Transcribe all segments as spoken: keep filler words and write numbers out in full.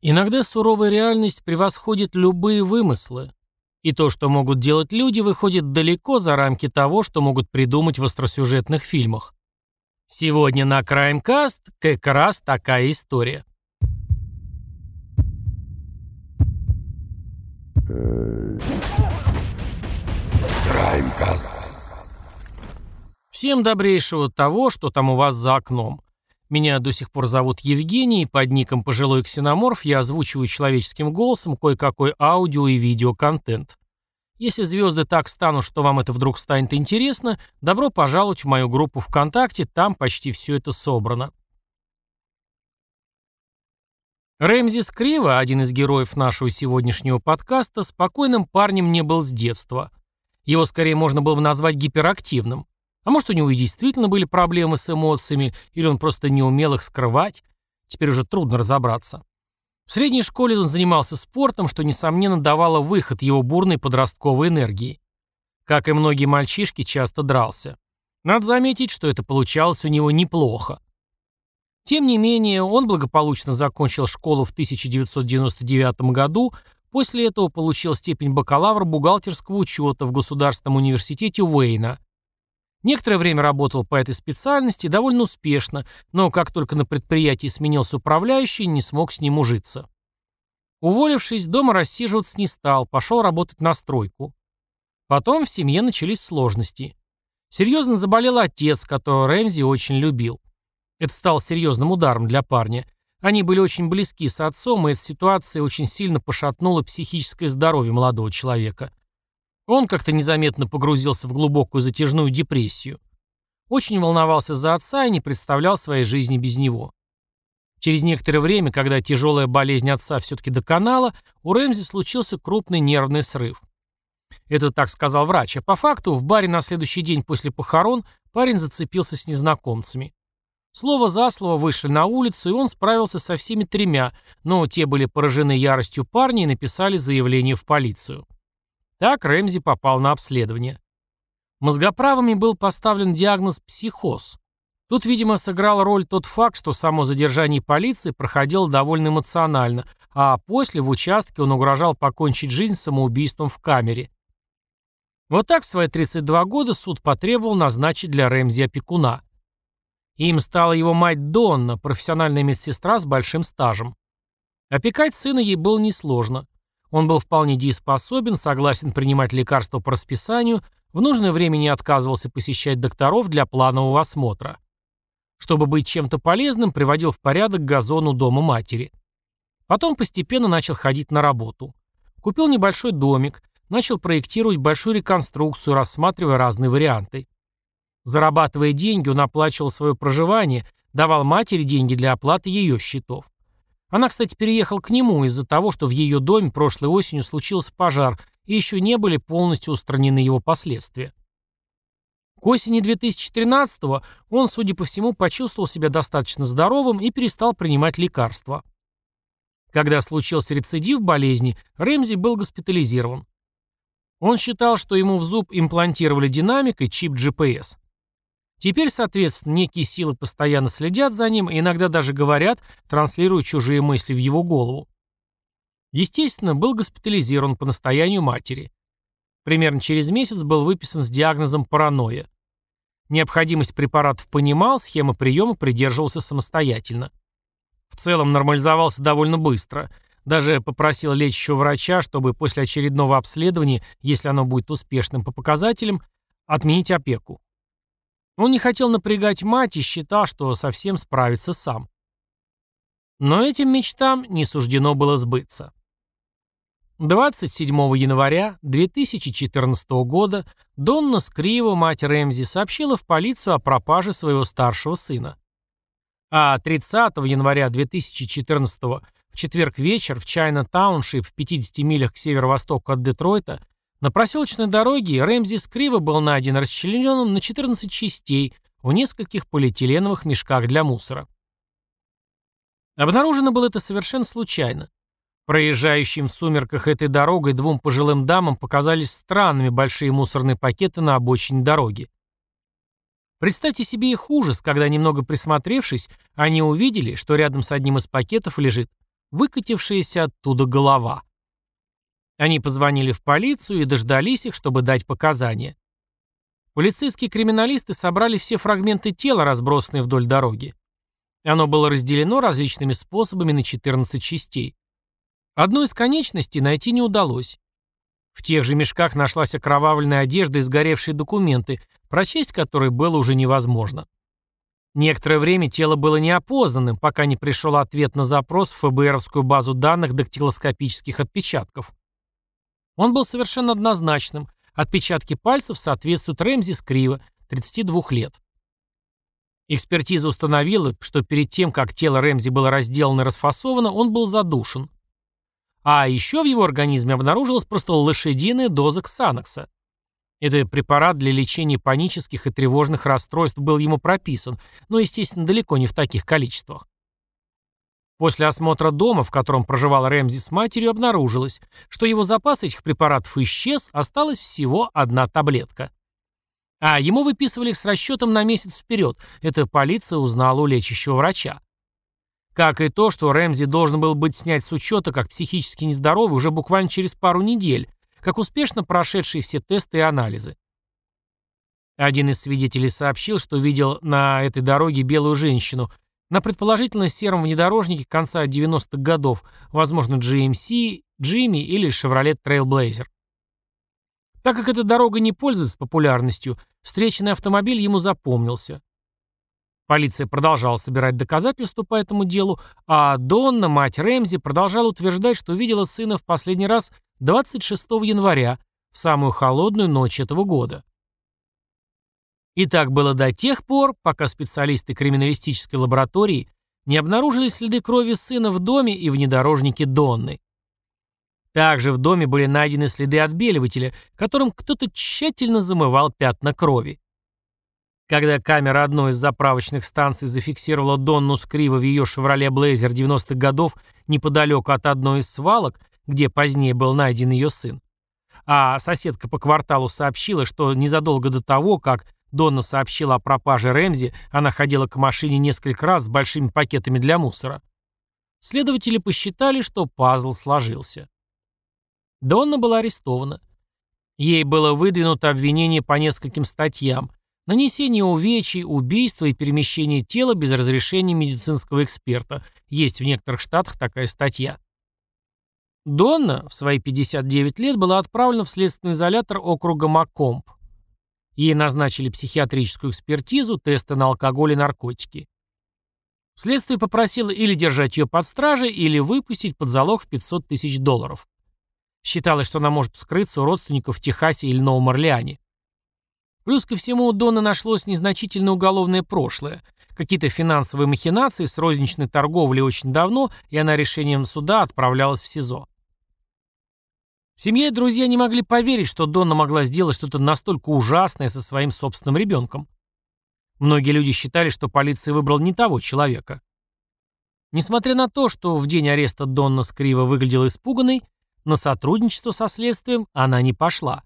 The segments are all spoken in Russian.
Иногда суровая реальность превосходит любые вымыслы. И то, что могут делать люди, выходит далеко за рамки того, что могут придумать в остросюжетных фильмах. Сегодня на Crimecast как раз такая история. Crimecast. Всем добрейшего того, что там у вас за окном. Меня до сих пор зовут Евгений, и под ником «Пожилой ксеноморф» я озвучиваю человеческим голосом кое-какой аудио- и видеоконтент. Если звезды так станут, что вам это вдруг станет интересно, добро пожаловать в мою группу ВКонтакте, там почти все это собрано. Рэмзи Скрива, один из героев нашего сегодняшнего подкаста, спокойным парнем не был с детства. Его скорее можно было бы назвать гиперактивным. А может, у него и действительно были проблемы с эмоциями, или он просто не умел их скрывать. Теперь уже трудно разобраться. В средней школе он занимался спортом, что, несомненно, давало выход его бурной подростковой энергии. Как и многие мальчишки, часто дрался. Надо заметить, что это получалось у него неплохо. Тем не менее, он благополучно закончил школу в тысяча девятьсот девяносто девятом году, после этого получил степень бакалавра бухгалтерского учета в Государственном университете Уэйна. Некоторое время работал по этой специальности довольно успешно, но как только на предприятии сменился управляющий, не смог с ним ужиться. Уволившись, дома рассиживаться не стал, пошел работать на стройку. Потом в семье начались сложности. Серьезно заболел отец, которого Рэмзи очень любил. Это стало серьезным ударом для парня. Они были очень близки с отцом, и эта ситуация очень сильно пошатнула психическое здоровье молодого человека. Он как-то незаметно погрузился в глубокую затяжную депрессию. Очень волновался за отца и не представлял своей жизни без него. Через некоторое время, когда тяжелая болезнь отца все-таки доконала, у Рэмзи случился крупный нервный срыв. Это так сказал врач, а по факту в баре на следующий день после похорон парень зацепился с незнакомцами. Слово за слово вышли на улицу, и он справился со всеми тремя, но те были поражены яростью парня и написали заявление в полицию. Так Рэмзи попал на обследование. Мозгоправами был поставлен диагноз «психоз». Тут, видимо, сыграл роль тот факт, что само задержание полиции проходило довольно эмоционально, а после в участке он угрожал покончить жизнь самоубийством в камере. Вот так в свои тридцать два года суд потребовал назначить для Рэмзи опекуна. Им стала его мать Донна, профессиональная медсестра с большим стажем. Опекать сына ей было несложно. Он был вполне дееспособен, согласен принимать лекарства по расписанию, в нужное время не отказывался посещать докторов для планового осмотра. Чтобы быть чем-то полезным, приводил в порядок газон у дома матери. Потом постепенно начал ходить на работу. Купил небольшой домик, начал проектировать большую реконструкцию, рассматривая разные варианты. Зарабатывая деньги, он оплачивал свое проживание, давал матери деньги для оплаты ее счетов. Она, кстати, переехала к нему из-за того, что в ее доме прошлой осенью случился пожар, и еще не были полностью устранены его последствия. К осени две тысячи тринадцатого он, судя по всему, почувствовал себя достаточно здоровым и перестал принимать лекарства. Когда случился рецидив болезни, Рэмзи был госпитализирован. Он считал, что ему в зуб имплантировали динамик и чип джи пи эс. Теперь, соответственно, некие силы постоянно следят за ним и иногда даже говорят, транслируя чужие мысли в его голову. Естественно, был госпитализирован по настоянию матери. Примерно через месяц был выписан с диагнозом паранойя. Необходимость препаратов понимал, схемы приема придерживался самостоятельно. В целом нормализовался довольно быстро. Даже попросил лечащего врача, чтобы после очередного обследования, если оно будет успешным по показателям, отменить опеку. Он не хотел напрягать мать и считал, что совсем справится сам. Но этим мечтам не суждено было сбыться. двадцать седьмого января две тысячи четырнадцатого года Донна Скрива, мать Рэмзи, сообщила в полицию о пропаже своего старшего сына. А тридцатого января две тысячи четырнадцатого в четверг вечер в Чайна-тауншип в пятидесяти милях к северо-востоку от Детройта на проселочной дороге Рэмзи Скрива был найден расчлененным на четырнадцать частей в нескольких полиэтиленовых мешках для мусора. Обнаружено было это совершенно случайно. Проезжающим в сумерках этой дорогой двум пожилым дамам показались странными большие мусорные пакеты на обочине дороги. Представьте себе их ужас, когда, немного присмотревшись, они увидели, что рядом с одним из пакетов лежит выкатившаяся оттуда голова. Они позвонили в полицию и дождались их, чтобы дать показания. Полицейские криминалисты собрали все фрагменты тела, разбросанные вдоль дороги. Оно было разделено различными способами на четырнадцать частей. Одну из конечностей найти не удалось. В тех же мешках нашлась окровавленная одежда и сгоревшие документы, прочесть которые было уже невозможно. Некоторое время тело было неопознанным, пока не пришел ответ на запрос в ФБРовскую базу данных дактилоскопических отпечатков. Он был совершенно однозначным. Отпечатки пальцев соответствуют Рэмзи Скрива, тридцати двух лет. Экспертиза установила, что перед тем, как тело Рэмзи было разделано и расфасовано, он был задушен. А еще в его организме обнаружилась просто лошадиная доза ксанокса. Этот препарат для лечения панических и тревожных расстройств был ему прописан, но, естественно, далеко не в таких количествах. После осмотра дома, в котором проживал Рэмзи с матерью, обнаружилось, что его запас этих препаратов исчез, осталась всего одна таблетка. А ему выписывали их с расчетом на месяц вперед, это полиция узнала у лечащего врача. Как и то, что Рэмзи должен был быть снять с учета как психически нездоровый уже буквально через пару недель, как успешно прошедший все тесты и анализы. Один из свидетелей сообщил, что видел на этой дороге белую женщину, на предположительно сером внедорожнике конца девяностых годов, возможно, джи эм си, Jimmy или Chevrolet Trailblazer. Так как эта дорога не пользуется популярностью, встреченный автомобиль ему запомнился. Полиция продолжала собирать доказательства по этому делу, а Донна, мать Рэмзи, продолжала утверждать, что видела сына в последний раз двадцать шестого января, в самую холодную ночь этого года. И так было до тех пор, пока специалисты криминалистической лаборатории не обнаружили следы крови сына в доме и внедорожнике Донны. Также в доме были найдены следы отбеливателя, которым кто-то тщательно замывал пятна крови. Когда камера одной из заправочных станций зафиксировала Донну Скрива в ее Chevrolet Blazer девяностых годов неподалеку от одной из свалок, где позднее был найден ее сын, а соседка по кварталу сообщила, что незадолго до того, как Донна сообщила о пропаже Рэмзи, она ходила к машине несколько раз с большими пакетами для мусора. Следователи посчитали, что пазл сложился. Донна была арестована. Ей было выдвинуто обвинение по нескольким статьям: нанесение увечий, убийство и перемещение тела без разрешения медицинского эксперта. Есть в некоторых штатах такая статья. Донна в свои пятьдесят девять лет была отправлена в следственный изолятор округа Маккомб. Ей назначили психиатрическую экспертизу, тесты на алкоголь и наркотики. Следствие попросило или держать ее под стражей, или выпустить под залог в пятьсот тысяч долларов. Считалось, что она может скрыться у родственников в Техасе или Новом Орлеане. Плюс ко всему у Донны нашлось незначительное уголовное прошлое, какие-то финансовые махинации с розничной торговлей очень давно, и она решением суда отправлялась в СИЗО. Семья и друзья не могли поверить, что Донна могла сделать что-то настолько ужасное со своим собственным ребенком. Многие люди считали, что полиция выбрала не того человека. Несмотря на то, что в день ареста Донна Скрива выглядела испуганной, на сотрудничество со следствием она не пошла.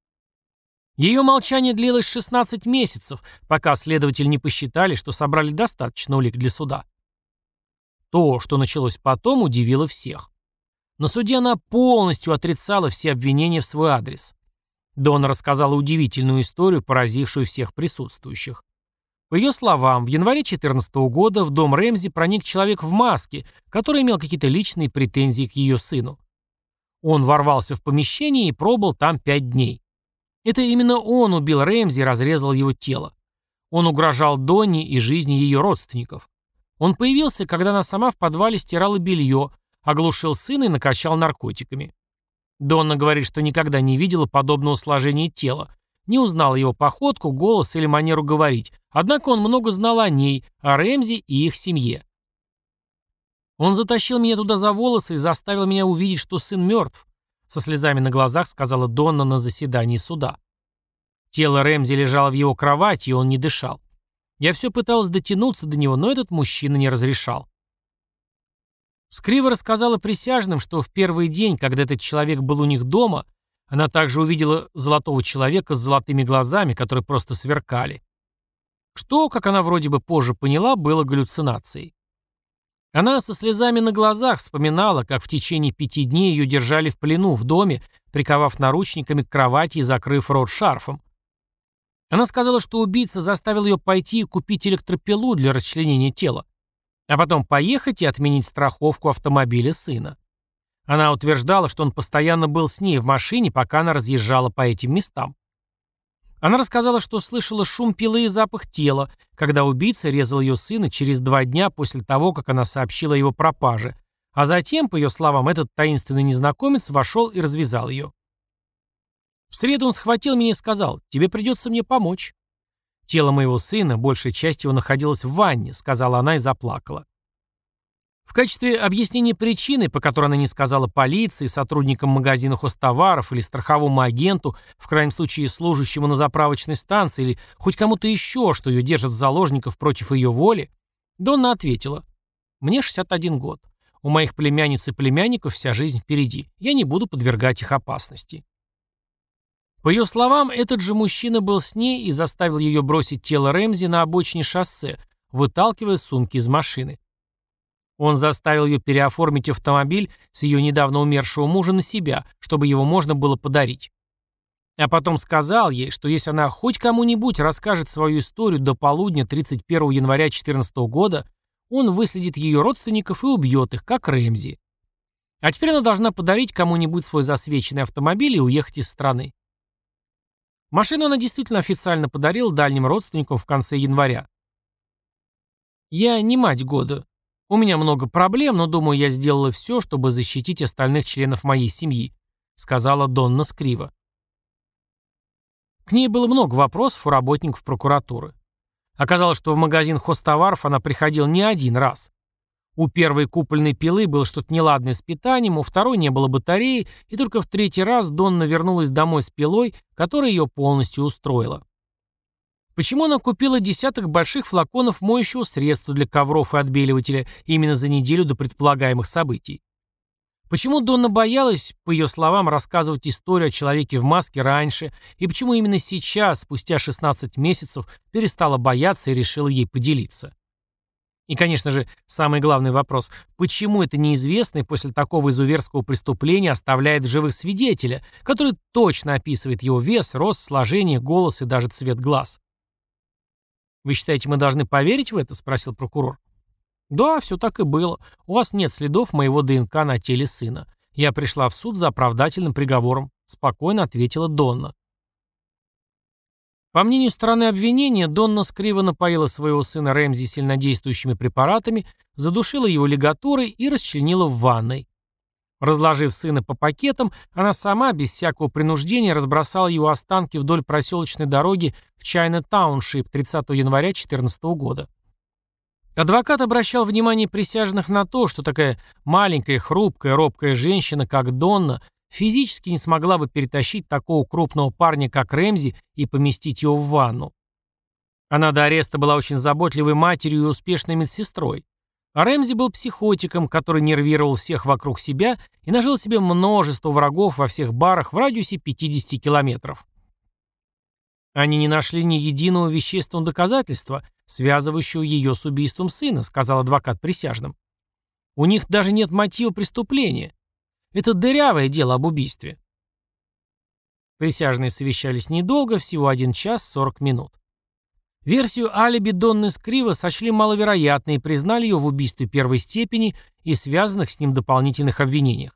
Ее молчание длилось шестнадцать месяцев, пока следователи не посчитали, что собрали достаточно улик для суда. То, что началось потом, удивило всех. На суде она полностью отрицала все обвинения в свой адрес. Донна рассказала удивительную историю, поразившую всех присутствующих. По ее словам, в январе две тысячи четырнадцатого года в дом Рэмзи проник человек в маске, который имел какие-то личные претензии к ее сыну. Он ворвался в помещение и пробыл там пять дней. Это именно он убил Рэмзи и разрезал его тело. Он угрожал Донне и жизни ее родственников. Он появился, когда она сама в подвале стирала белье, оглушил сына и накачал наркотиками. Донна говорит, что никогда не видела подобного сложения тела, не узнала его походку, голос или манеру говорить, однако он много знал о ней, о Рэмзи и их семье. «Он затащил меня туда за волосы и заставил меня увидеть, что сын мертв», со слезами на глазах сказала Донна на заседании суда. Тело Рэмзи лежало в его кровати, и он не дышал. Я все пыталась дотянуться до него, но этот мужчина не разрешал. Скрива рассказала присяжным, что в первый день, когда этот человек был у них дома, она также увидела золотого человека с золотыми глазами, которые просто сверкали. Что, как она вроде бы позже поняла, было галлюцинацией. Она со слезами на глазах вспоминала, как в течение пяти дней ее держали в плену в доме, приковав наручниками к кровати и закрыв рот шарфом. Она сказала, что убийца заставил ее пойти и купить электропилу для расчленения тела, а потом поехать и отменить страховку автомобиля сына. Она утверждала, что он постоянно был с ней в машине, пока она разъезжала по этим местам. Она рассказала, что слышала шум пилы и запах тела, когда убийца резал ее сына через два дня после того, как она сообщила о его пропаже, а затем, по ее словам, этот таинственный незнакомец вошел и развязал ее. В среду он схватил меня и сказал: «Тебе придется мне помочь». «Тело моего сына, большая часть его находилась в ванне», — сказала она и заплакала. В качестве объяснения причины, по которой она не сказала полиции, сотрудникам магазина хозтоваров или страховому агенту, в крайнем случае служащему на заправочной станции или хоть кому-то еще, что ее держат в заложниках против ее воли, Донна ответила: «Мне шестьдесят один год. У моих племянниц и племянников вся жизнь впереди. Я не буду подвергать их опасности». По ее словам, этот же мужчина был с ней и заставил ее бросить тело Рэмзи на обочине шоссе, выталкивая сумки из машины. Он заставил ее переоформить автомобиль с ее недавно умершего мужа на себя, чтобы его можно было подарить. А потом сказал ей, что если она хоть кому-нибудь расскажет свою историю до полудня тридцать первого января две тысячи четырнадцатого года, он выследит ее родственников и убьет их, как Рэмзи. А теперь она должна подарить кому-нибудь свой засвеченный автомобиль и уехать из страны. Машину она действительно официально подарила дальним родственникам в конце января. «Я не мать года. У меня много проблем, но, думаю, я сделала все, чтобы защитить остальных членов моей семьи», сказала Донна Скрива. К ней было много вопросов у работников прокуратуры. Оказалось, что в магазин хозтоваров она приходила не один раз. У первой купольной пилы было что-то неладное с питанием, у второй не было батареи, и только в третий раз Донна вернулась домой с пилой, которая ее полностью устроила. Почему она купила десяток больших флаконов моющего средства для ковров и отбеливателя именно за неделю до предполагаемых событий? Почему Донна боялась, по ее словам, рассказывать историю о человеке в маске раньше, и почему именно сейчас, спустя шестнадцать месяцев, перестала бояться и решила ей поделиться? И, конечно же, самый главный вопрос: почему это неизвестный после такого изуверского преступления оставляет в живых свидетеля, который точно описывает его вес, рост, сложение, голос и даже цвет глаз? «Вы считаете, мы должны поверить в это?» — спросил прокурор. «Да, все так и было. У вас нет следов моего ДНК на теле сына. Я пришла в суд за оправдательным приговором», — спокойно ответила Донна. По мнению стороны обвинения, Донна Скрива напоила своего сына Рэмзи сильнодействующими препаратами, задушила его лигатурой и расчленила в ванной. Разложив сына по пакетам, она сама, без всякого принуждения, разбросала его останки вдоль проселочной дороги в Чайна-тауншип тридцатого января две тысячи четырнадцатого года. Адвокат обращал внимание присяжных на то, что такая маленькая, хрупкая, робкая женщина, как Донна, физически не смогла бы перетащить такого крупного парня, как Рэмзи, и поместить его в ванну. Она до ареста была очень заботливой матерью и успешной медсестрой. А Рэмзи был психотиком, который нервировал всех вокруг себя и нажил себе множество врагов во всех барах в радиусе пятидесяти километров. «Они не нашли ни единого вещественного доказательства, связывающего ее с убийством сына», сказал адвокат присяжным. «У них даже нет мотива преступления. Это дырявое дело об убийстве». Присяжные совещались недолго, всего один час сорок минут. Версию алиби Донны Скрива сочли маловероятной и признали ее в убийстве первой степени и связанных с ним дополнительных обвинениях.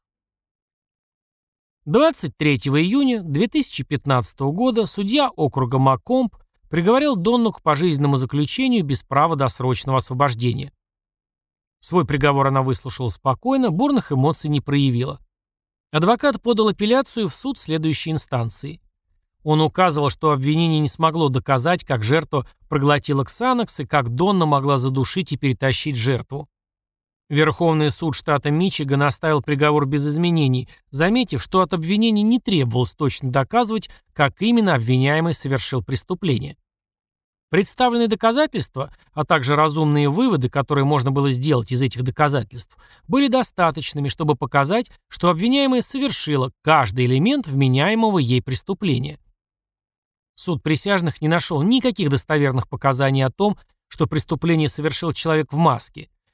двадцать третьего июня две тысячи пятнадцатого года судья округа Макомб приговорил Донну к пожизненному заключению без права досрочного освобождения. Свой приговор она выслушала спокойно, бурных эмоций не проявила. Адвокат подал апелляцию в суд следующей инстанции. Он указывал, что обвинение не смогло доказать, как жертва проглотила ксанокс и как Донна могла задушить и перетащить жертву. Верховный суд штата Мичиган оставил приговор без изменений, заметив, что от обвинения не требовалось точно доказывать, как именно обвиняемый совершил преступление. Представленные доказательства, а также разумные выводы, которые можно было сделать из этих доказательств, были достаточными, чтобы показать, что обвиняемая совершила каждый элемент вменяемого ей преступления. Суд присяжных не нашел никаких достоверных показаний о том, что преступление совершил человек в маске,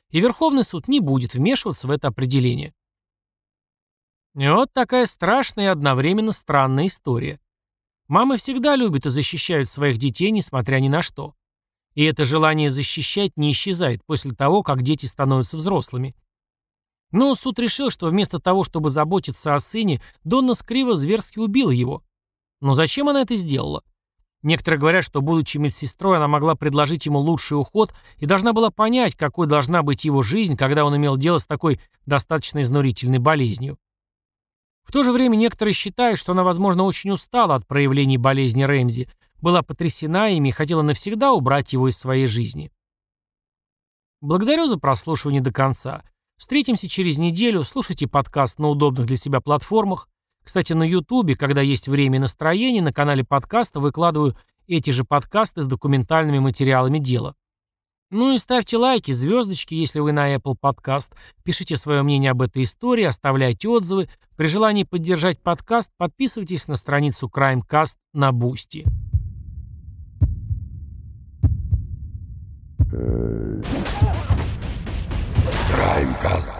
и Верховный суд не будет вмешиваться в это определение. И вот такая страшная и одновременно странная история. Мамы всегда любят и защищают своих детей, несмотря ни на что. И это желание защищать не исчезает после того, как дети становятся взрослыми. Но суд решил, что вместо того, чтобы заботиться о сыне, Донна Скрива зверски убила его. Но зачем она это сделала? Некоторые говорят, что, будучи медсестрой, она могла предложить ему лучший уход и должна была понять, какой должна быть его жизнь, когда он имел дело с такой достаточно изнурительной болезнью. В то же время некоторые считают, что она, возможно, очень устала от проявлений болезни Рэмзи, была потрясена ими и хотела навсегда убрать его из своей жизни. Благодарю за прослушивание до конца. Встретимся через неделю, слушайте подкаст на удобных для себя платформах. Кстати, на Ютубе, когда есть время и настроение, на канале подкаста выкладываю эти же подкасты с документальными материалами дела. Ну и ставьте лайки, звездочки, если вы на Apple Podcast. Пишите свое мнение об этой истории, оставляйте отзывы. При желании поддержать подкаст, подписывайтесь на страницу Crimecast на Бусти. Crimecast.